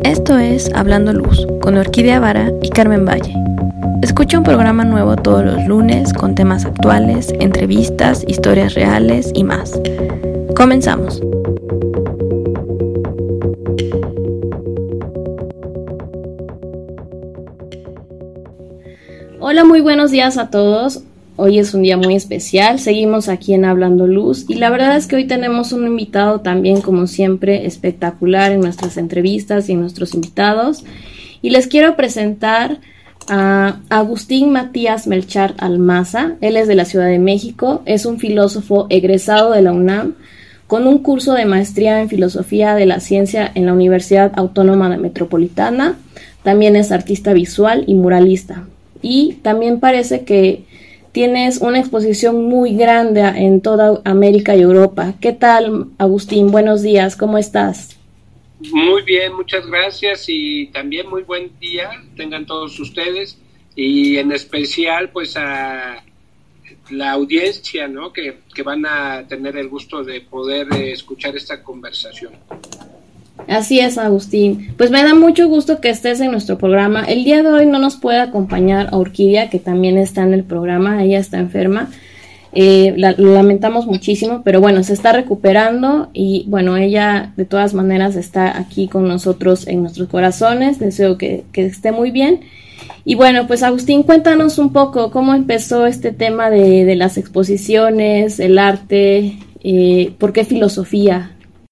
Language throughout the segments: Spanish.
Esto es Hablando Luz, con Orquídea Vara y Carmen Valle. Escucha un programa nuevo todos los lunes con temas actuales, entrevistas, historias reales y más. Comenzamos. Hola, muy buenos días a todos. Hoy es un día muy especial, seguimos aquí en Hablando Luz y la verdad es que hoy tenemos un invitado también, como siempre, espectacular en nuestras entrevistas y en nuestros invitados. Y les quiero presentar a Agustín Matías Melchart Almaza. Él es de la Ciudad de México, es un filósofo egresado de la UNAM con un curso de maestría en Filosofía de la Ciencia en la Universidad Autónoma Metropolitana. También es artista visual y muralista. Y también parece que tienes una exposición muy grande en toda América y Europa. ¿Qué tal, Agustín? Buenos días, ¿cómo estás? Muy bien, muchas gracias y también muy buen día tengan todos ustedes y en especial pues a la audiencia, ¿no? que van a tener el gusto de poder escuchar esta conversación. Así es, Agustín. Pues me da mucho gusto que estés en nuestro programa. El día de hoy no nos puede acompañar a Orquídea, que también está en el programa. Ella está enferma. Lo lamentamos muchísimo, pero bueno, se está recuperando y bueno, ella de todas maneras está aquí con nosotros en nuestros corazones. Deseo que esté muy bien. Y bueno, pues Agustín, cuéntanos un poco cómo empezó este tema de las exposiciones, el arte, ¿por qué filosofía?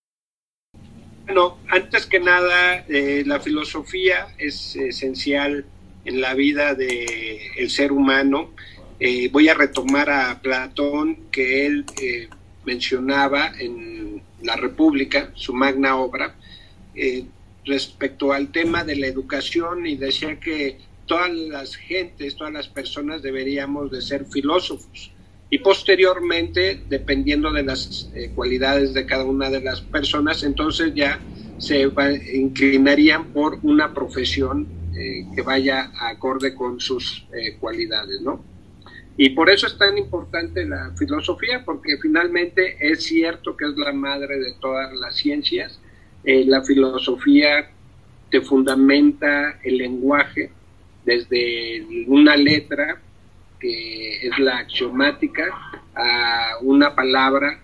Bueno, antes que nada, la filosofía es esencial en la vida del ser humano. Voy a retomar a Platón, que él mencionaba en La República, su magna obra, respecto al tema de la educación, y decía que todas las gentes, todas las personas deberíamos de ser filósofos. Y posteriormente, dependiendo de las cualidades de cada una de las personas, entonces ya se inclinarían por una profesión que vaya acorde con sus cualidades, ¿no? Y por eso es tan importante la filosofía, porque finalmente es cierto que es la madre de todas las ciencias. La filosofía te fundamenta el lenguaje desde una letra, que es la axiomática, a una palabra,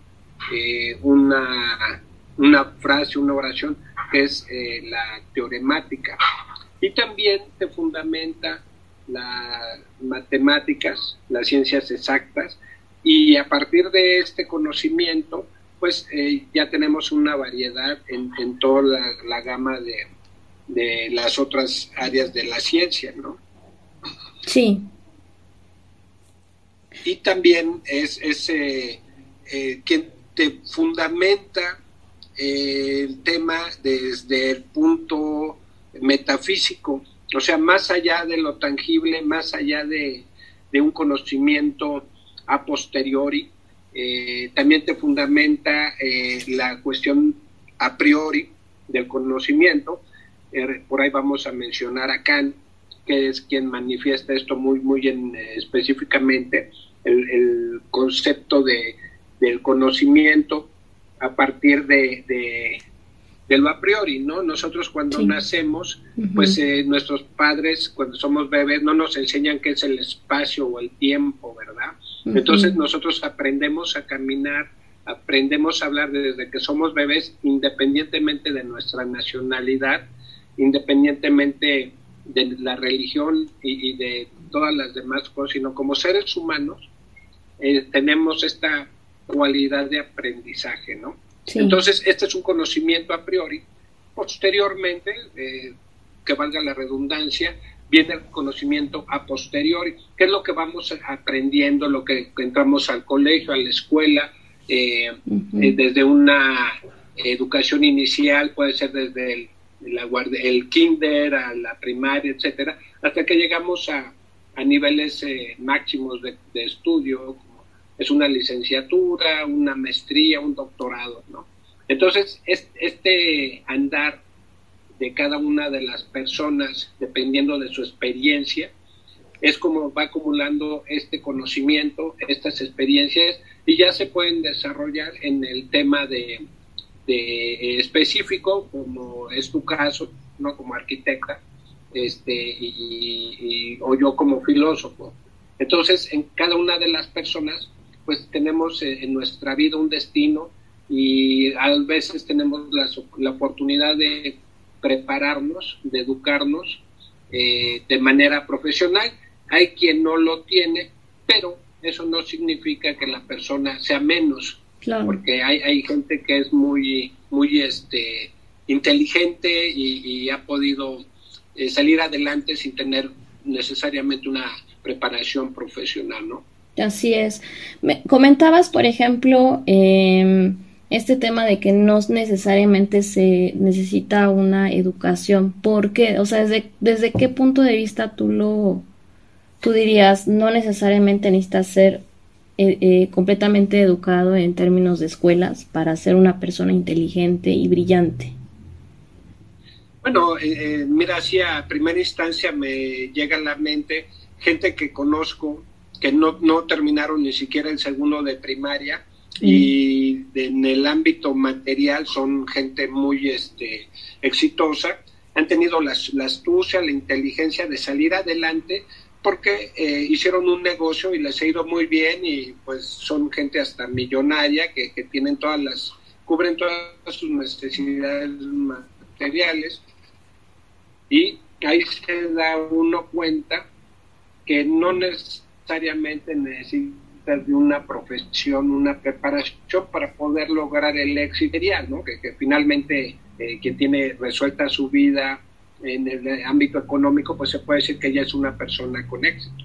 una frase, una oración, que es la teoremática. Y también te fundamenta las matemáticas, las ciencias exactas, y a partir de este conocimiento, pues ya tenemos una variedad en toda la gama de las otras áreas de la ciencia, ¿no? Sí. Y también es quien te fundamenta el tema desde el punto metafísico, o sea, más allá de lo tangible, más allá de un conocimiento a posteriori, también te fundamenta la cuestión a priori del conocimiento. Por ahí vamos a mencionar a Kant, que es quien manifiesta esto muy específicamente, el concepto del conocimiento a partir de lo a priori, ¿no? Nosotros cuando nacemos, pues nuestros padres, cuando somos bebés, no nos enseñan qué es el espacio o el tiempo, ¿verdad? Entonces nosotros aprendemos a caminar, aprendemos a hablar desde que somos bebés, independientemente de nuestra nacionalidad, independientemente de la religión y de todas las demás cosas, sino como seres humanos tenemos esta cualidad de aprendizaje, ¿no? Sí. Entonces, este es un conocimiento a priori. Posteriormente, que valga la redundancia, viene el conocimiento a posteriori, que es lo que vamos aprendiendo, lo que entramos al colegio, a la escuela, desde una educación inicial, puede ser desde el kinder, a la primaria, etcétera, hasta que llegamos a niveles máximos de estudio, como es una licenciatura, una maestría, un doctorado, ¿no? Entonces, este andar de cada una de las personas, dependiendo de su experiencia, es como va acumulando este conocimiento, estas experiencias, y ya se pueden desarrollar en el tema de específico, como es tu caso, ¿no? Como arquitecta, o yo como filósofo. Entonces, en cada una de las personas, pues tenemos en nuestra vida un destino y a veces tenemos la oportunidad de prepararnos, de educarnos de manera profesional. Hay quien no lo tiene, pero eso no significa que la persona sea menos, claro. Porque hay gente que es muy inteligente y ha podido salir adelante sin tener necesariamente una preparación profesional, ¿no? Así es. Comentabas, por ejemplo, este tema de que no necesariamente se necesita una educación. ¿Por qué? O sea, ¿desde qué punto de vista tú dirías no necesariamente necesitas ser completamente educado en términos de escuelas para ser una persona inteligente y brillante? Bueno, mira, así a primera instancia me llega a la mente gente que conozco que no terminaron ni siquiera el segundo de primaria y en el ámbito material son gente muy exitosa, han tenido la astucia, la inteligencia de salir adelante porque hicieron un negocio y les ha ido muy bien y pues son gente hasta millonaria que tienen cubren todas sus necesidades materiales y ahí se da uno cuenta que no necesariamente necesitas de una profesión, una preparación para poder lograr el éxito material, ¿no? Que finalmente quien tiene resuelta su vida en el ámbito económico, pues se puede decir que ella es una persona con éxito.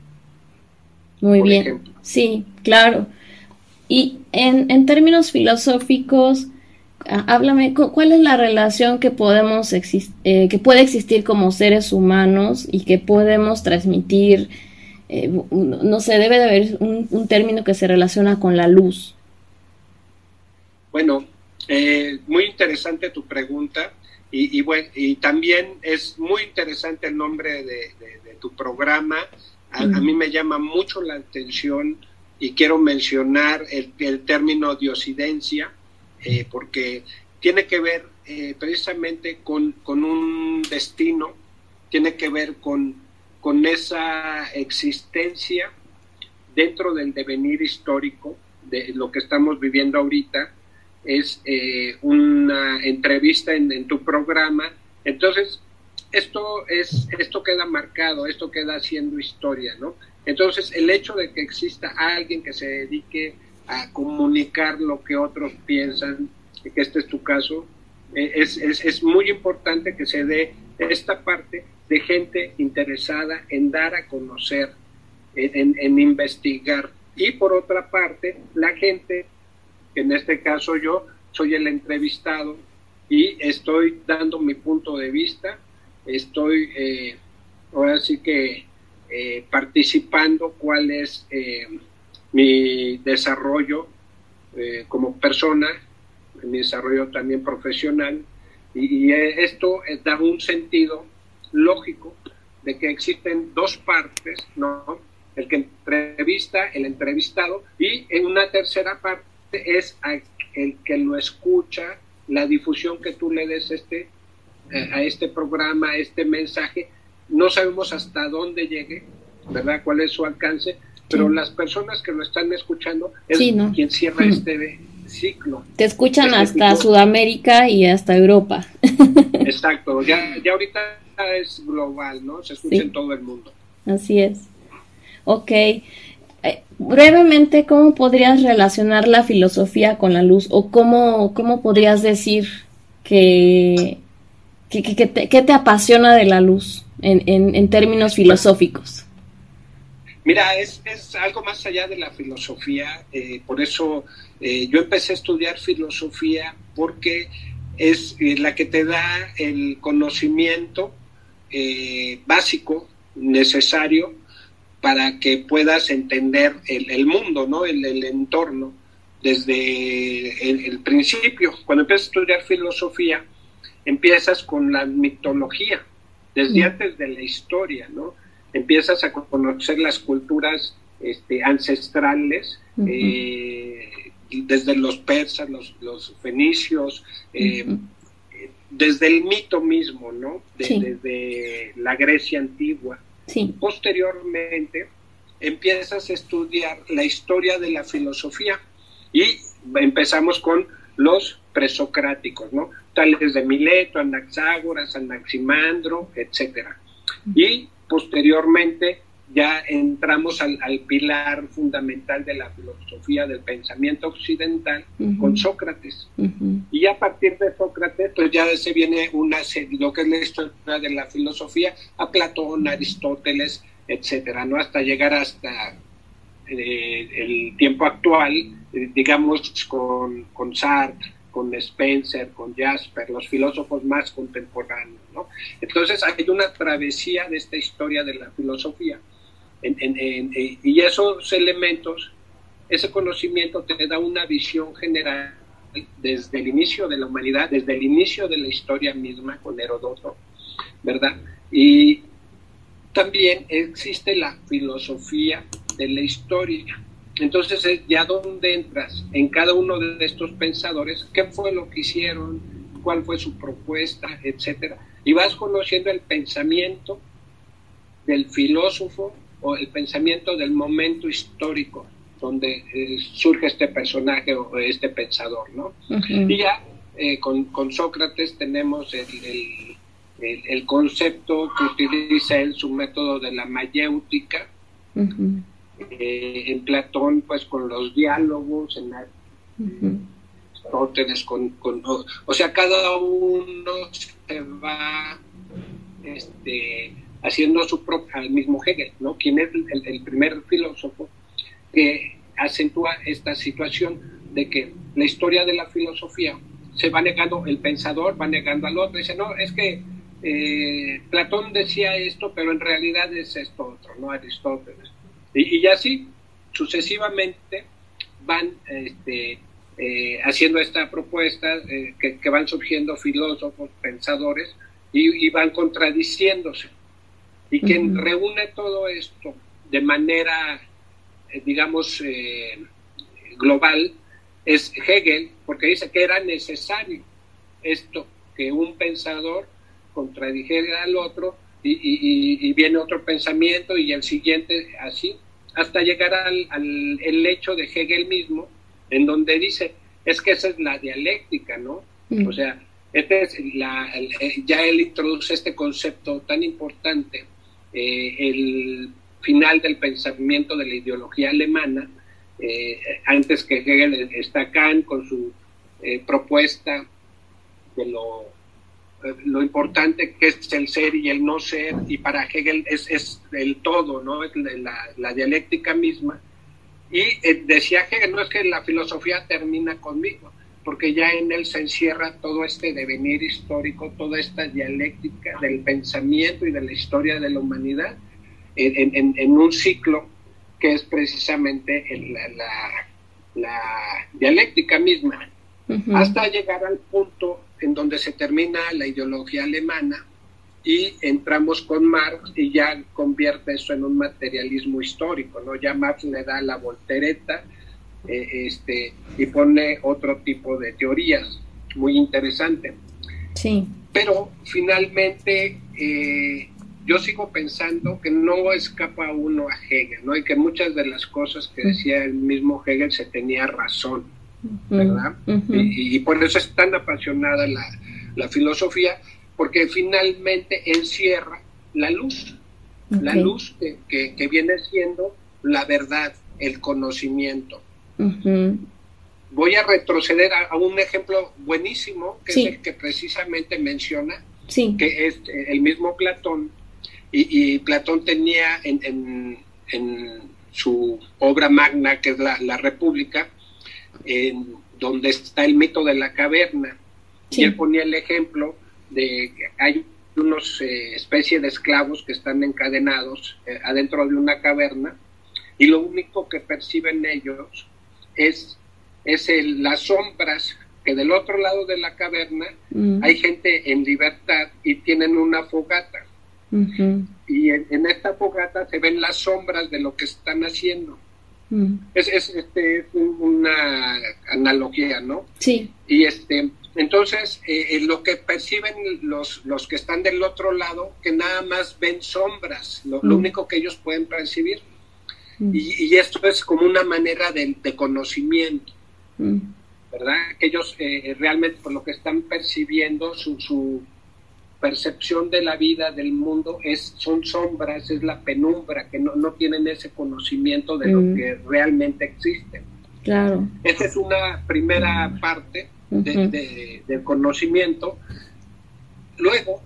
Muy bien, ejemplo. Sí, claro. Y en términos filosóficos, háblame, ¿cuál es la relación que que puede existir como seres humanos y que podemos transmitir? No sé, debe de haber un término que se relaciona con la luz. Bueno, muy interesante tu pregunta y también es muy interesante el nombre de tu programa. A mí me llama mucho la atención y quiero mencionar el término diosidencia, porque tiene que ver precisamente con un destino, tiene que ver con esa existencia dentro del devenir histórico de lo que estamos viviendo ahorita. Es una entrevista en tu programa. Entonces, esto queda marcado, esto queda haciendo historia, ¿no? Entonces, el hecho de que exista alguien que se dedique a comunicar lo que otros piensan, que este es tu caso, es muy importante que se dé esta parte de gente interesada en dar a conocer, en investigar. Y por otra parte, la gente, que en este caso yo soy el entrevistado y estoy dando mi punto de vista, estoy ahora sí que participando cuál es mi desarrollo como persona, mi desarrollo también profesional, y esto da un sentido lógico de que existen dos partes, ¿no? El que entrevista, el entrevistado, y en una tercera parte es el que lo escucha, la difusión que tú le des a este programa, a este mensaje. No sabemos hasta dónde llegue, ¿verdad? Cuál es su alcance, pero las personas que lo están escuchando es quien cierra este ciclo. Te escuchan hasta ciclo. Sudamérica y hasta Europa. Exacto, ya ahorita es global, ¿no? Se escucha en todo el mundo. Así es. Ok. Brevemente, ¿cómo podrías relacionar la filosofía con la luz? ¿O cómo podrías decir que te apasiona de la luz en términos filosóficos? Mira, es algo más allá de la filosofía, por eso yo empecé a estudiar filosofía porque es la que te da el conocimiento básico, necesario, para que puedas entender el mundo, ¿no? El entorno, desde el principio. Cuando empiezas a estudiar filosofía, empiezas con la mitología, desde antes de la historia, ¿no? Empiezas a conocer las culturas ancestrales, desde los persas, los fenicios, desde el mito mismo, ¿no? Sí. Desde la Grecia antigua. Sí. Posteriormente empiezas a estudiar la historia de la filosofía y empezamos con los presocráticos, ¿no? Tales de Mileto, Anaxágoras, Anaximandro, etcétera. Y posteriormente ya entramos al pilar fundamental de la filosofía del pensamiento occidental con Sócrates. Y a partir de Sócrates, pues ya se viene lo que es la historia de la filosofía, a Platón, Aristóteles, etcétera, ¿no? Hasta llegar hasta el tiempo actual, digamos, con Sartre, con Spencer, con Jasper, los filósofos más contemporáneos, ¿no? Entonces hay una travesía de esta historia de la filosofía. Y esos elementos, ese conocimiento te da una visión general desde el inicio de la humanidad, desde el inicio de la historia misma con Heródoto, ¿verdad? Y también existe la filosofía de la historia. Entonces es ya donde entras en cada uno de estos pensadores, qué fue lo que hicieron, cuál fue su propuesta, etcétera, y vas conociendo el pensamiento del filósofo o el pensamiento del momento histórico donde surge este personaje o este pensador, ¿no? Y ya con Sócrates tenemos el concepto que utiliza él, su método de la mayéutica, en Platón pues con los diálogos, en Aristóteles o sea, cada uno se va haciendo su propio, al mismo Hegel, ¿no? Quien es el primer filósofo que acentúa esta situación de que la historia de la filosofía se va negando, el pensador va negando al otro, dice, no, es que Platón decía esto, pero en realidad es esto otro, ¿no? Aristóteles. Y así, sucesivamente, van haciendo esta propuesta, que van surgiendo filósofos, pensadores, y van contradiciéndose. Y quien reúne todo esto de manera, digamos, global, es Hegel, porque dice que era necesario esto, que un pensador contradijera al otro, y viene otro pensamiento y el siguiente, así, hasta llegar el hecho de Hegel mismo, en donde dice, es que esa es la dialéctica, ¿no? O sea, ya él introduce este concepto tan importante, el final del pensamiento de la ideología alemana, antes que Hegel está Kant con su propuesta de lo importante que es el ser y el no ser, y para Hegel es el todo, ¿no? Es la dialéctica misma. Y decía Hegel, no es que la filosofía termina conmigo, porque ya en él se encierra todo este devenir histórico, toda esta dialéctica del pensamiento y de la historia de la humanidad en un ciclo que es precisamente la dialéctica misma, hasta llegar al punto en donde se termina la ideología alemana y entramos con Marx y ya convierte eso en un materialismo histórico, ¿no? Ya Marx le da la voltereta y pone otro tipo de teorías muy interesante. Sí. Pero finalmente yo sigo pensando que no escapa uno a Hegel, ¿no? Y que muchas de las cosas que decía el mismo Hegel se tenía razón, ¿verdad? Y por eso es tan apasionada la filosofía, porque finalmente encierra la luz, la luz que viene siendo la verdad, el conocimiento. Voy a retroceder a un ejemplo buenísimo, que es el que precisamente menciona, que es el mismo Platón, y Platón tenía en su obra magna, que es la República, donde está el mito de la caverna, y él ponía el ejemplo de que hay unos especie de esclavos que están encadenados adentro de una caverna, y lo único que perciben ellos es las sombras, que del otro lado de la caverna hay gente en libertad y tienen una fogata, y en esta fogata se ven las sombras de lo que están haciendo. Es una analogía, ¿no? Sí. Y Entonces, lo que perciben los que están del otro lado, que nada más ven sombras, lo único que ellos pueden percibir. Y esto es como una manera de conocimiento, ¿verdad? Que ellos realmente por lo que están percibiendo, su percepción de la vida, del mundo, son sombras, es la penumbra, que no tienen ese conocimiento de lo que realmente existe. Claro. Esa es una primera parte del conocimiento. Luego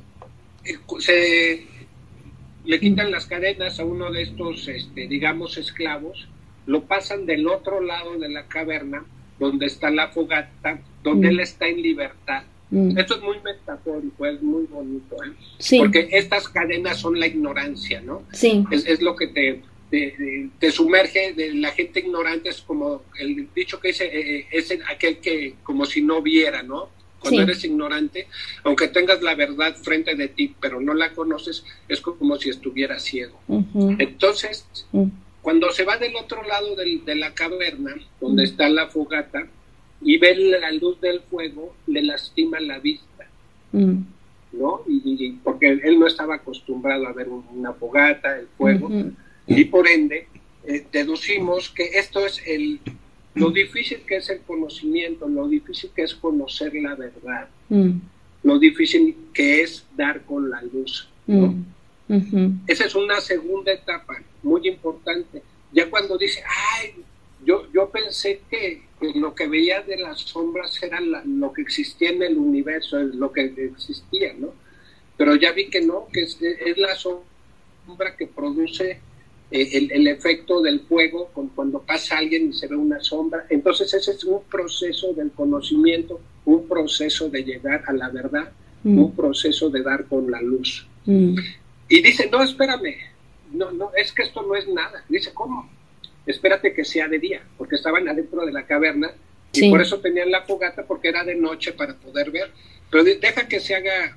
le quitan las cadenas a uno de estos, digamos, esclavos, lo pasan del otro lado de la caverna, donde está la fogata, donde él está en libertad. Esto es muy metafórico, es muy bonito, ¿eh? Sí. Porque estas cadenas son la ignorancia, ¿no? Sí. Es lo que te sumerge. De la gente ignorante es como el dicho que dice, es aquel que como si no viera, ¿no? Cuando eres ignorante, aunque tengas la verdad frente de ti, pero no la conoces, es como si estuvieras ciego. Entonces, cuando se va del otro lado de la caverna, donde está la fogata, y ve la luz del fuego, le lastima la vista, ¿no? Y porque él no estaba acostumbrado a ver una fogata, el fuego, y por ende, deducimos que esto es lo difícil que es el conocimiento, lo difícil que es conocer la verdad, lo difícil que es dar con la luz, ¿no? Esa es una segunda etapa muy importante. Ya cuando dice, ay, yo pensé que lo que veía de las sombras era lo que existía en el universo, lo que existía, ¿no? Pero ya vi que no, que es la sombra que produce el efecto del fuego cuando pasa alguien y se ve una sombra. Entonces ese es un proceso del conocimiento, un proceso de llegar a la verdad, un proceso de dar con la luz. Y dice, no, espérame, no, es que esto no es nada. Dice, ¿cómo? Espérate que sea de día, porque estaban adentro de la caverna y por eso tenían la fogata, porque era de noche para poder ver. Pero deja que se haga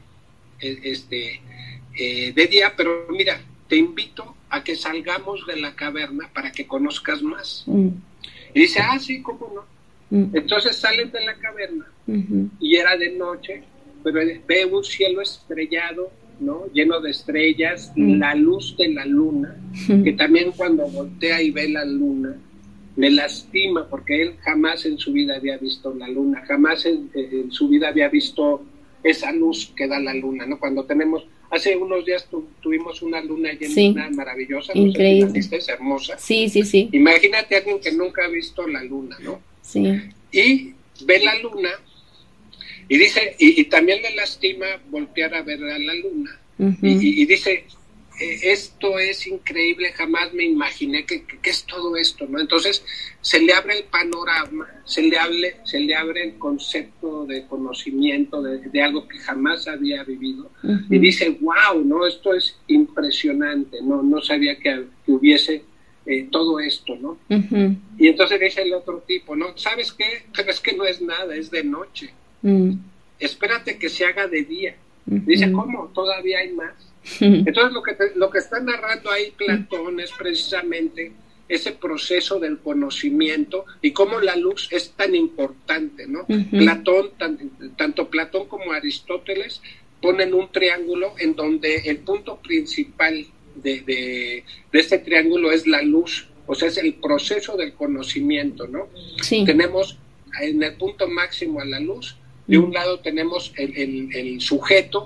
de día, pero mira, te invito a que salgamos de la caverna para que conozcas más. Y dice, sí, ¿cómo no? Entonces salen de la caverna y era de noche, pero ve un cielo estrellado, ¿no? Lleno de estrellas, la luz de la luna, que también cuando voltea y ve la luna, le lastima, porque él jamás en su vida había visto la luna, jamás en su vida había visto esa luz que da la luna, ¿no? Cuando hace unos días tuvimos una luna llena, maravillosa, increíble. No sé si la viste, es hermosa. Sí. Imagínate a alguien que nunca ha visto la luna, ¿no? Sí. Y ve la luna y dice, y también le lastima voltear a ver a la luna. Y dice, esto es increíble, jamás me imaginé que es todo esto, ¿no? Entonces se le abre el panorama, se le abre el concepto de conocimiento de algo que jamás había vivido, y dice, wow, ¿no? Esto es impresionante, no sabía que hubiese todo esto, ¿no? Y entonces dice el otro tipo, ¿no? ¿Sabes qué? Pero es que no es nada, es de noche. Espérate que se haga de día. Dice, ¿cómo? Todavía hay más. Entonces lo que está narrando ahí Platón es precisamente ese proceso del conocimiento y cómo la luz es tan importante, ¿no? Platón, tanto Platón como Aristóteles ponen un triángulo en donde el punto principal de este triángulo es la luz, o sea, es el proceso del conocimiento, ¿no? Sí. Tenemos en el punto máximo a la luz. De un lado tenemos el sujeto,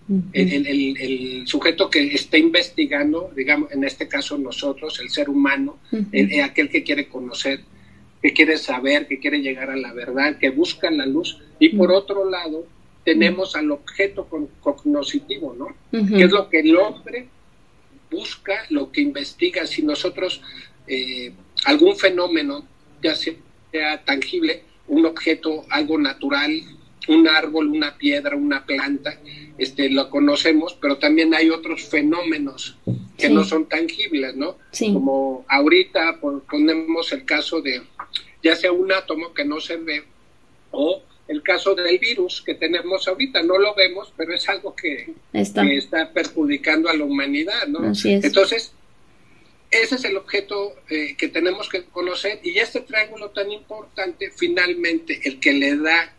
el sujeto que está investigando, digamos, en este caso nosotros, el ser humano, aquel que quiere conocer, que quiere saber, que quiere llegar a la verdad, que busca la luz. Y por otro lado tenemos al objeto cognoscitivo, ¿no? Que es lo que el hombre busca, lo que investiga. Si nosotros algún fenómeno, ya sea tangible, un objeto, algo natural, un árbol, una piedra, una planta, lo conocemos, pero también hay otros fenómenos que no son tangibles, ¿no? Sí. Como ahorita ponemos el caso de ya sea un átomo que no se ve, o el caso del virus que tenemos ahorita, no lo vemos, pero es algo que está perjudicando a la humanidad, ¿no? Así es. Entonces, ese es el objeto que tenemos que conocer, y este triángulo tan importante, finalmente, el que le da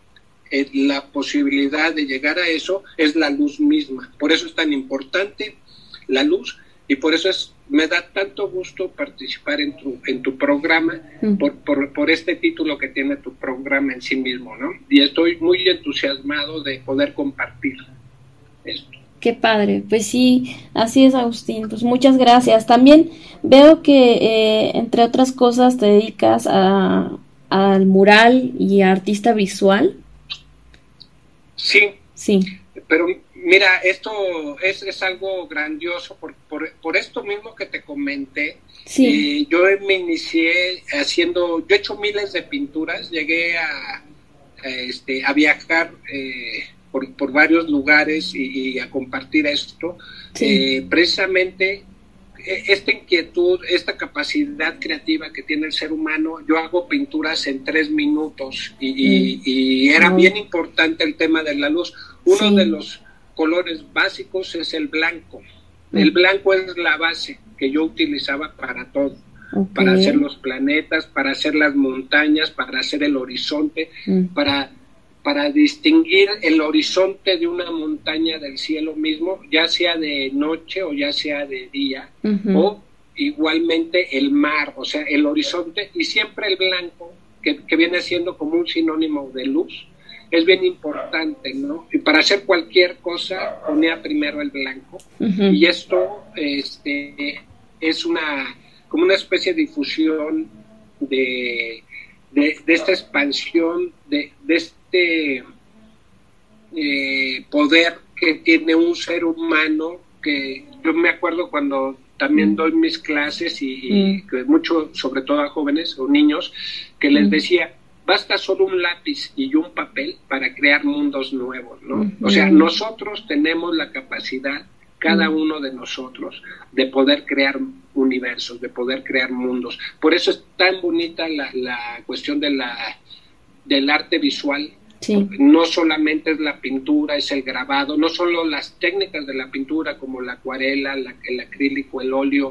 la posibilidad de llegar a eso es la luz misma. Por eso es tan importante la luz y por eso me da tanto gusto participar en tu programa, por este título que tiene tu programa en sí mismo, ¿no? Y estoy muy entusiasmado de poder compartir esto. Qué padre, pues sí, así es, Agustín, pues muchas gracias. También veo que entre otras cosas te dedicas al mural y a artista visual. Sí, sí. Pero mira, esto es algo grandioso por esto mismo que te comenté. Sí. Yo me inicié yo he hecho miles de pinturas, llegué a viajar por varios lugares y a compartir esto. Sí. Precisamente esta inquietud, esta capacidad creativa que tiene el ser humano, yo hago pinturas en 3 minutos y era bien importante el tema de la luz. Uno de los colores básicos es el blanco. El blanco es la base que yo utilizaba para todo, para hacer los planetas, para hacer las montañas, para hacer el horizonte, para distinguir el horizonte de una montaña del cielo mismo, ya sea de noche o ya sea de día, o igualmente el mar, o sea, el horizonte, y siempre el blanco, que viene siendo como un sinónimo de luz, es bien importante, ¿no? Y para hacer cualquier cosa ponía primero el blanco, y esto es como una especie de difusión de esta expansión, de este poder que tiene un ser humano, que yo me acuerdo cuando también doy mis clases y mucho, sobre todo a jóvenes o niños, que les decía, basta solo un lápiz y un papel para crear mundos nuevos, ¿no? O sea, nosotros tenemos la capacidad, cada uno de nosotros, de poder crear universos, de poder crear mundos. Por eso es tan bonita la cuestión del arte visual. Sí. No solamente es la pintura, es el grabado, no solo las técnicas de la pintura como la acuarela, el acrílico, el óleo,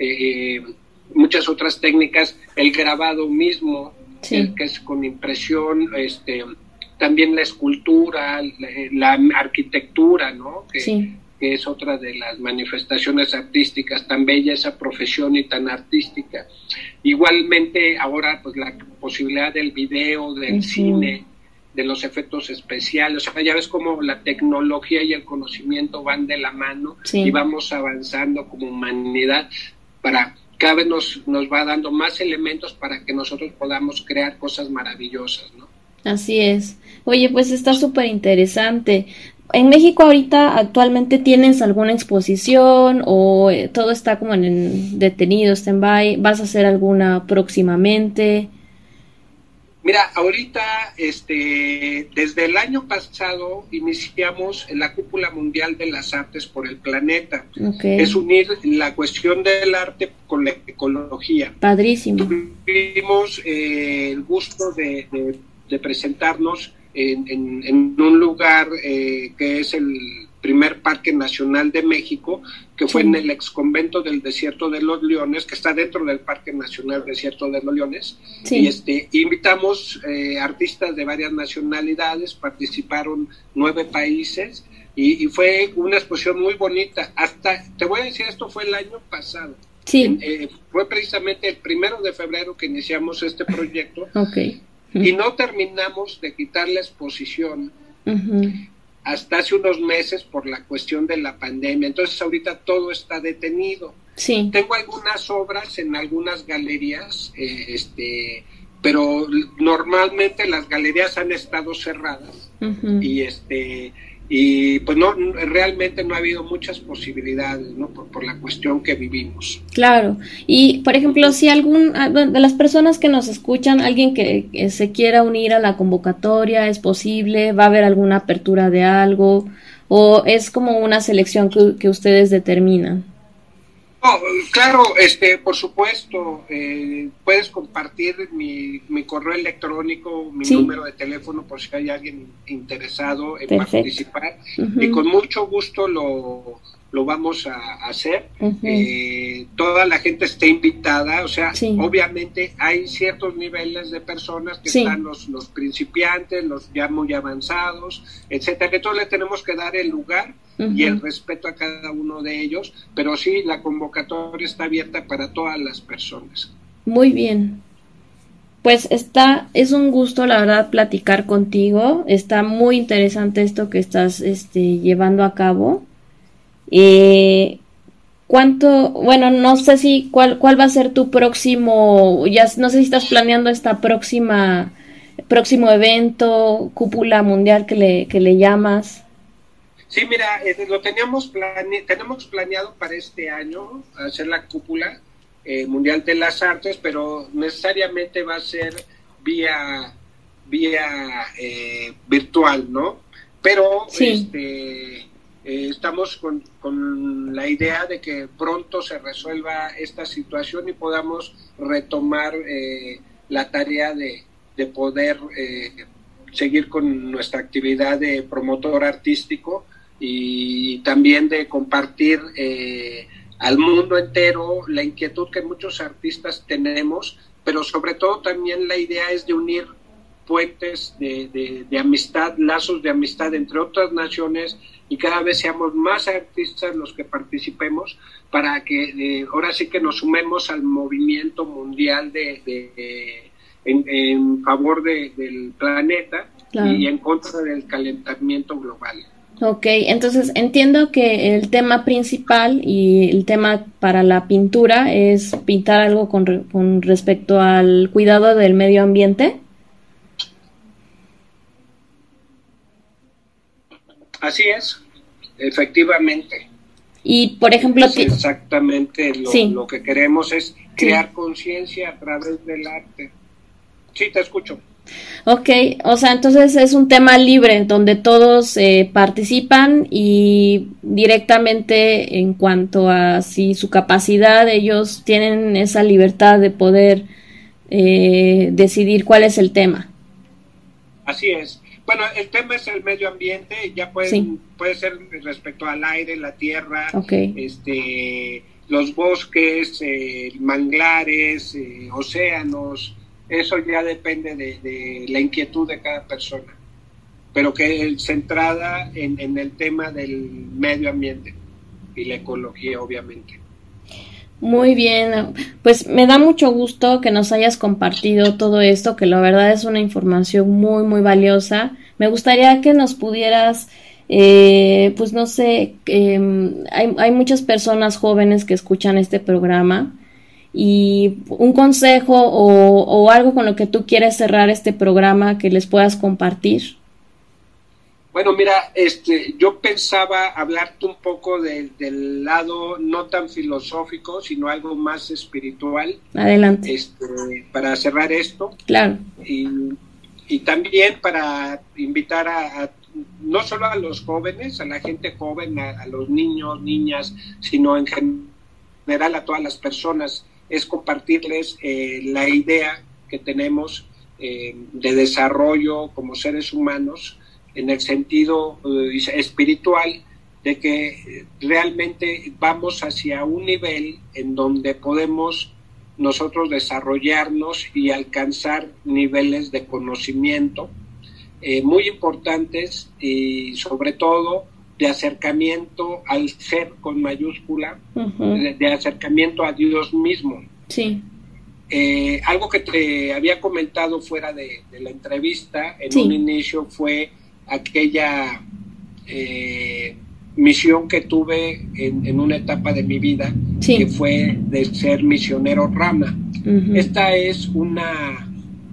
muchas otras técnicas, el grabado mismo, que es con impresión, también la escultura, la arquitectura, ¿no? Que es otra de las manifestaciones artísticas, tan bella esa profesión y tan artística. Igualmente ahora pues la posibilidad del video, del cine, de los efectos especiales, o sea, ya ves cómo la tecnología y el conocimiento van de la mano y vamos avanzando como humanidad, cada vez nos va dando más elementos para que nosotros podamos crear cosas maravillosas, ¿no? Así es. Oye, pues está súper interesante. En México ahorita actualmente tienes alguna exposición o todo está como detenido, stand-by, ¿vas a hacer alguna próximamente? Mira, ahorita, desde el año pasado iniciamos la Cúpula Mundial de las Artes por el Planeta. Es unir la cuestión del arte con la ecología. Padrísimo. Tuvimos el gusto de presentarnos en un lugar que es el primer Parque Nacional de México, que fue en el exconvento del Desierto de los Leones, que está dentro del Parque Nacional Desierto de los Leones, y invitamos artistas de varias nacionalidades, participaron 9 países, y fue una exposición muy bonita. Hasta, te voy a decir, esto fue el año pasado. Fue precisamente el 1 de febrero que iniciamos este proyecto, y no terminamos de quitar la exposición hasta hace unos meses por la cuestión de la pandemia. Entonces ahorita todo está detenido. Tengo algunas obras en algunas galerías, pero normalmente las galerías han estado cerradas y pues realmente no ha habido muchas posibilidades, ¿no? Por la cuestión que vivimos. Claro, y por ejemplo, si de las personas que nos escuchan, alguien que se quiera unir a la convocatoria, ¿es posible? ¿Va a haber alguna apertura de algo? ¿O es como una selección que ustedes determinan? Oh, claro, por supuesto, puedes compartir mi correo electrónico, mi número de teléfono por si hay alguien interesado en participar, y con mucho gusto lo lo vamos a hacer. Uh-huh. Toda la gente está invitada, o sea, sí. obviamente hay ciertos niveles de personas que sí. están los principiantes, los ya muy avanzados, etcétera. Entonces le tenemos que dar el lugar uh-huh. y el respeto a cada uno de ellos, pero sí, la convocatoria está abierta para todas las personas. Muy bien. Pues es un gusto, la verdad, platicar contigo. Está muy interesante esto que estás llevando a cabo. Bueno, no sé si cuál va a ser tu próximo, ya no sé si estás planeando esta próximo evento, cúpula mundial que le llamas. Sí, mira, lo tenemos planeado para este año hacer la cúpula mundial de las artes, pero necesariamente va a ser vía virtual, ¿no? Pero sí. estamos con la idea de que pronto se resuelva esta situación y podamos retomar la tarea de poder seguir con nuestra actividad de promotor artístico y también de compartir al mundo entero la inquietud que muchos artistas tenemos, pero sobre todo también la idea es de unir puentes de amistad, lazos de amistad entre otras naciones, y cada vez seamos más artistas los que participemos para que ahora sí que nos sumemos al movimiento mundial en favor del planeta, claro. y en contra del calentamiento global. Ok, entonces entiendo que el tema principal y el tema para la pintura es pintar algo con respecto al cuidado del medio ambiente. Así es, efectivamente. Y, por ejemplo... Es exactamente sí. lo que queremos es crear sí. conciencia a través del arte. Sí, te escucho. Ok, o sea, entonces es un tema libre donde todos participan y directamente en cuanto a si su capacidad, ellos tienen esa libertad de poder decidir cuál es el tema. Así es. Bueno, el tema es el medio ambiente, ya puede ser respecto al aire, la tierra, okay. Los bosques, manglares, océanos. Eso ya depende de la inquietud de cada persona, pero que centrada en el tema del medio ambiente y la ecología, obviamente. Muy bien, pues me da mucho gusto que nos hayas compartido todo esto, que la verdad es una información muy, muy valiosa. Me gustaría que nos pudieras, pues no sé, hay muchas personas jóvenes que escuchan este programa, y un consejo o algo con lo que tú quieres cerrar este programa que les puedas compartir. Bueno, mira, yo pensaba hablarte un poco del lado no tan filosófico, sino algo más espiritual. Adelante. Para cerrar esto. Claro. Y también para invitar a no solo a los jóvenes, a la gente joven, a los niños, niñas, sino en general a todas las personas, es compartirles la idea que tenemos de desarrollo como seres humanos, en el sentido espiritual, de que realmente vamos hacia un nivel en donde podemos nosotros desarrollarnos y alcanzar niveles de conocimiento muy importantes, y sobre todo de acercamiento al ser con mayúscula, uh-huh. de acercamiento a Dios mismo. Sí. Algo que te había comentado fuera de la entrevista en sí. un inicio fue aquella misión que tuve en una etapa de mi vida, sí. que fue de ser misionero Rama. Uh-huh. Esta es una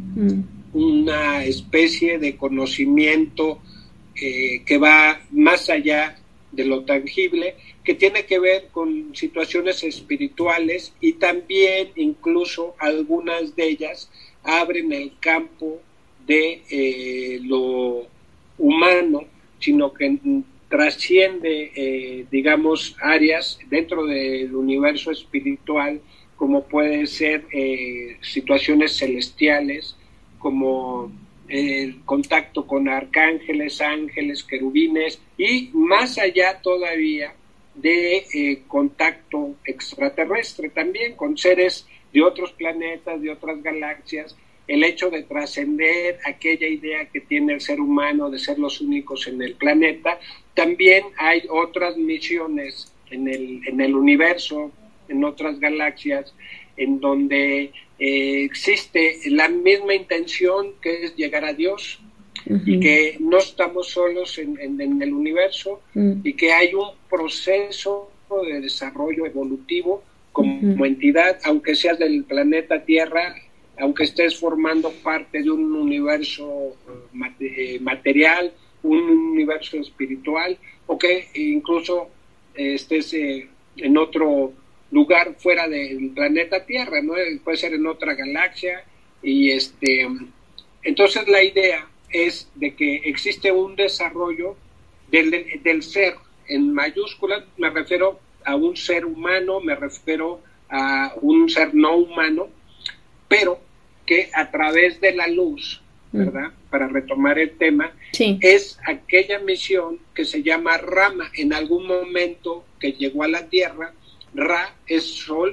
especie de conocimiento que va más allá de lo tangible, que tiene que ver con situaciones espirituales, y también incluso algunas de ellas abren el campo de lo humano, sino que trasciende, digamos, áreas dentro del universo espiritual, como pueden ser situaciones celestiales, como el contacto con arcángeles, ángeles, querubines, y más allá todavía de contacto extraterrestre también, con seres de otros planetas, de otras galaxias, el hecho de trascender aquella idea que tiene el ser humano de ser los únicos en el planeta. También hay otras misiones en el universo, en otras galaxias, en donde existe la misma intención, que es llegar a Dios, y que no estamos solos en el universo, y que hay un proceso de desarrollo evolutivo como entidad, aunque seas del planeta Tierra, aunque estés formando parte de un universo material, un universo espiritual, o que incluso estés en otro lugar fuera del planeta Tierra, ¿no? Puede ser en otra galaxia, y entonces la idea es de que existe un desarrollo del ser, en mayúsculas. Me refiero a un ser humano, me refiero a un ser no humano, pero que a través de la luz, ¿verdad? Para retomar el tema, es aquella misión que se llama Rama. En algún momento que llegó a la Tierra, Ra es sol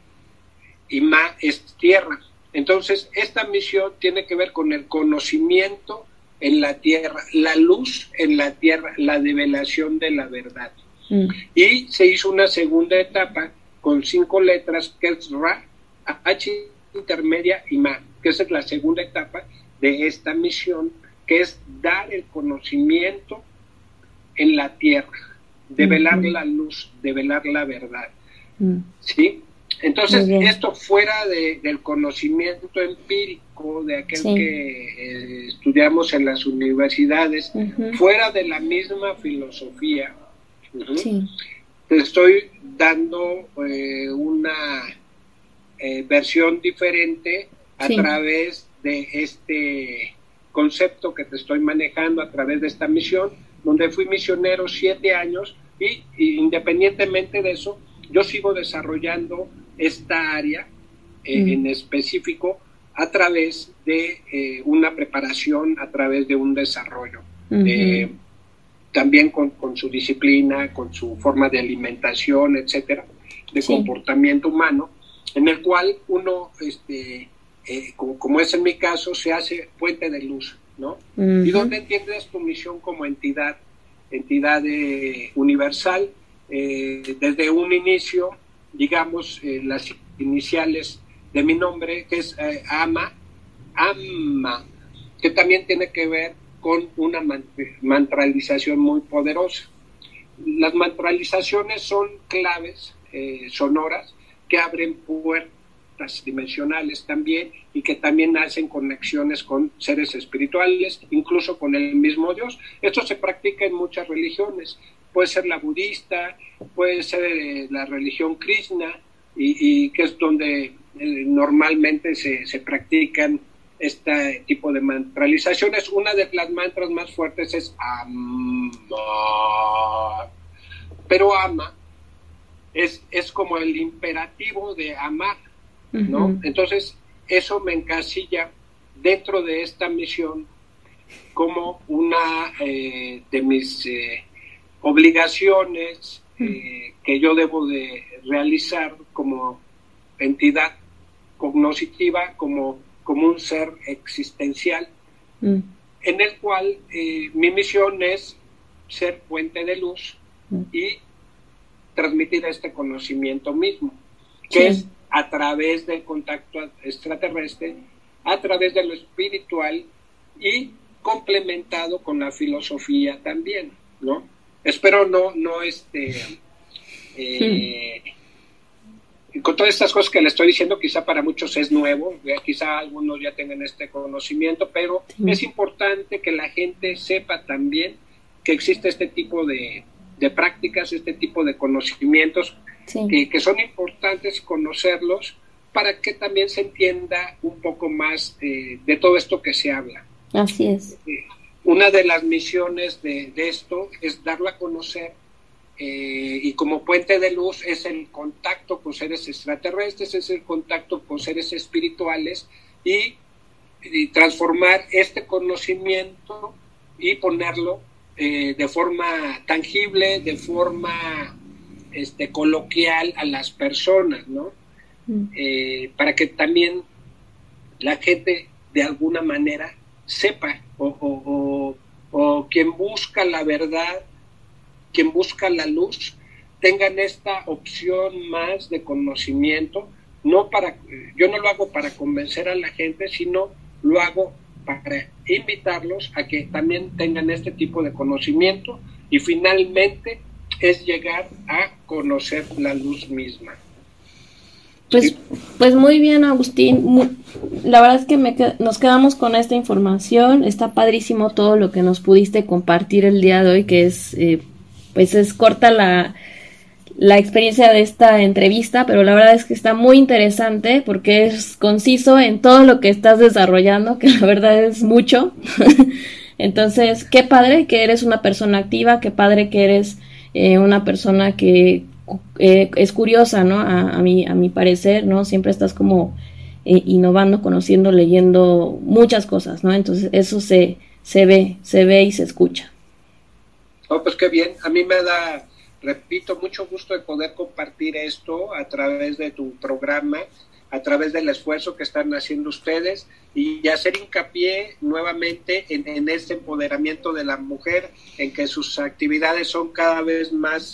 y Ma es tierra. Entonces, esta misión tiene que ver con el conocimiento en la Tierra, la luz en la Tierra, la develación de la verdad. Y se hizo una segunda etapa con 5 letras, que es Ra, H intermedia y Ma, que esa es la segunda etapa de esta misión, que es dar el conocimiento en la Tierra, develar la luz, develar la verdad. ¿Sí? Entonces, esto fuera del conocimiento empírico de aquel que estudiamos en las universidades, fuera de la misma filosofía, te estoy dando una versión diferente a través de este concepto que te estoy manejando, a través de esta misión, donde fui misionero 7 años, y independientemente de eso, yo sigo desarrollando esta área en específico a través de una preparación, a través de un desarrollo. También con su disciplina, con su forma de alimentación, etcétera, de comportamiento humano, en el cual uno, como es en mi caso, se hace puente de luz, ¿no? Y donde entiendes tu misión como entidad universal, desde un inicio, digamos, las iniciales de mi nombre, que es Ama, que también tiene que ver con una mantralización muy poderosa. Las mantralizaciones son claves sonoras que abren puertas dimensionales también, y que también hacen conexiones con seres espirituales, incluso con el mismo Dios. Esto se practica en muchas religiones. Puede ser la budista, puede ser la religión Krishna, y que es donde normalmente se practican este tipo de mantralizaciones. Una de las mantras más fuertes es Ama, pero Ama es como el imperativo de amar, ¿no? Entonces, eso me encasilla dentro de esta misión como una de mis obligaciones que yo debo de realizar como entidad cognoscitiva, como un ser existencial, en el cual mi misión es ser puente de luz y transmitir este conocimiento mismo, que es a través del contacto extraterrestre, a través de lo espiritual, y complementado con la filosofía también, ¿no? Espero con todas estas cosas que le estoy diciendo, quizá para muchos es nuevo, quizá algunos ya tengan este conocimiento, pero es importante que la gente sepa también que existe este tipo de prácticas, este tipo de conocimientos, que son importantes conocerlos para que también se entienda un poco más de todo esto que se habla. Así es. Una de las misiones de esto es darlo a conocer, y como puente de luz es el contacto con seres extraterrestres, es el contacto con seres espirituales, y transformar este conocimiento y ponerlo de forma tangible, de forma coloquial a las personas, ¿no? Para que también la gente de alguna manera sepa, o quien busca la verdad, quien busca la luz, tengan esta opción más de conocimiento. Yo no lo hago para convencer a la gente, sino lo hago para invitarlos a que también tengan este tipo de conocimiento, y finalmente es llegar a conocer la luz misma. Pues muy bien, Agustín. La verdad es que nos quedamos con esta información. Está padrísimo todo lo que nos pudiste compartir el día de hoy, que es corta la experiencia de esta entrevista, pero la verdad es que está muy interesante porque es conciso en todo lo que estás desarrollando, que la verdad es mucho. Entonces, qué padre que eres una persona activa, qué padre que eres una persona que es curiosa, ¿no? A mi parecer, ¿no? Siempre estás como innovando, conociendo, leyendo muchas cosas, ¿no? Entonces eso se ve y se escucha. Oh, pues qué bien. A mí me da, repito, mucho gusto de poder compartir esto a través de tu programa, a través del esfuerzo que están haciendo ustedes, y hacer hincapié nuevamente en este empoderamiento de la mujer, en que sus actividades son cada vez más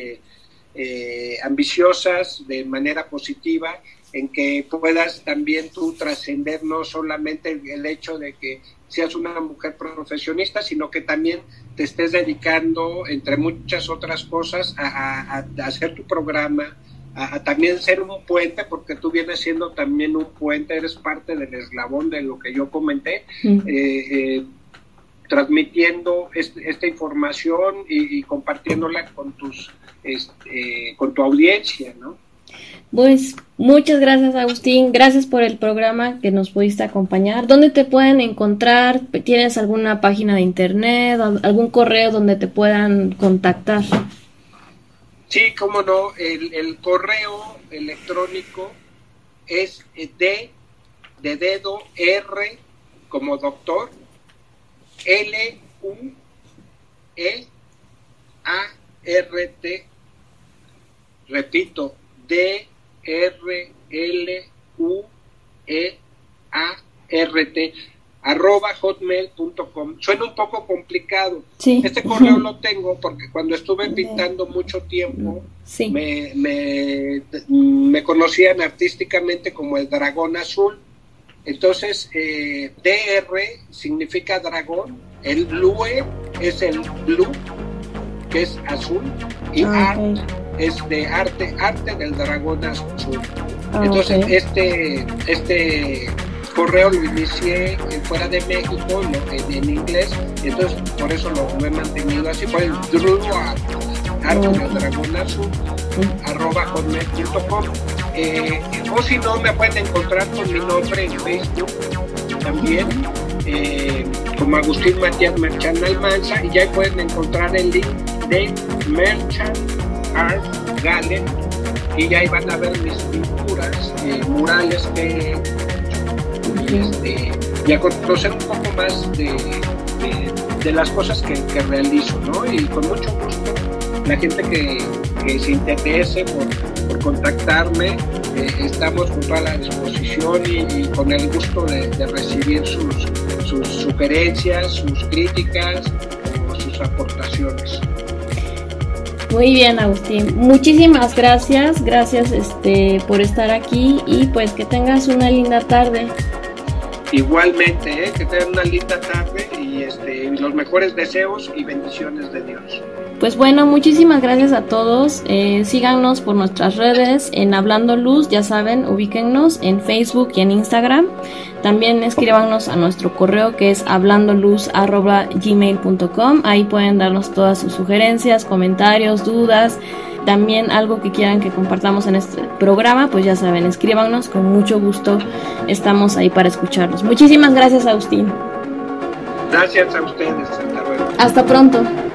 ambiciosas, de manera positiva, en que puedas también tú trascender no solamente el hecho de que seas una mujer profesionista, sino que también te estés dedicando, entre muchas otras cosas, a hacer tu programa, a también ser un puente, porque tú vienes siendo también un puente, eres parte del eslabón de lo que yo comenté, transmitiendo esta información y compartiéndola con con tu audiencia, ¿no? Pues muchas gracias, Agustín, gracias por el programa que nos pudiste acompañar. ¿Dónde te pueden encontrar? ¿Tienes alguna página de internet, algún correo donde te puedan contactar? Sí, cómo no, el correo electrónico es de dedo, R como doctor, LUEART, repito, DRLUEART @hotmail.com. Suena un poco complicado. Sí. Este correo lo tengo porque cuando estuve pintando mucho tiempo, sí, me conocían artísticamente como el Dragón Azul. Entonces, DR significa dragón, el LUE es el blue, que es azul, y art es de arte del dragón azul. Entonces, este correo lo inicié fuera de México, en inglés, entonces por eso lo he mantenido así, por el arte del dragón azul, @hotmail.com. O si no, me pueden encontrar con mi nombre en Facebook también, como Agustín Matías Merchant Almanza, y ya pueden encontrar el link de Merchant Art Gallery, y ya ahí van a ver mis pinturas, murales y a conocer un poco más de las cosas que realizo, ¿no? Y con mucho gusto, la gente que se interese por contactarme, estamos con toda la disposición y con el gusto de recibir sus sugerencias, sus críticas o sus aportaciones. Muy bien, Agustín, muchísimas gracias por estar aquí, y pues que tengas una linda tarde. Igualmente, que tengan una linda tarde y los mejores deseos y bendiciones de Dios. Pues bueno, muchísimas gracias a todos. Síganos por nuestras redes en Hablando Luz, ya saben, ubíquennos en Facebook y en Instagram. También escríbanos a nuestro correo, que es hablandoluz@gmail.com. Ahí pueden darnos todas sus sugerencias, comentarios, dudas, también algo que quieran que compartamos en este programa, pues ya saben, escríbanos, con mucho gusto estamos ahí para escucharlos. Muchísimas gracias, Agustín. Gracias a ustedes, hasta luego. Hasta pronto.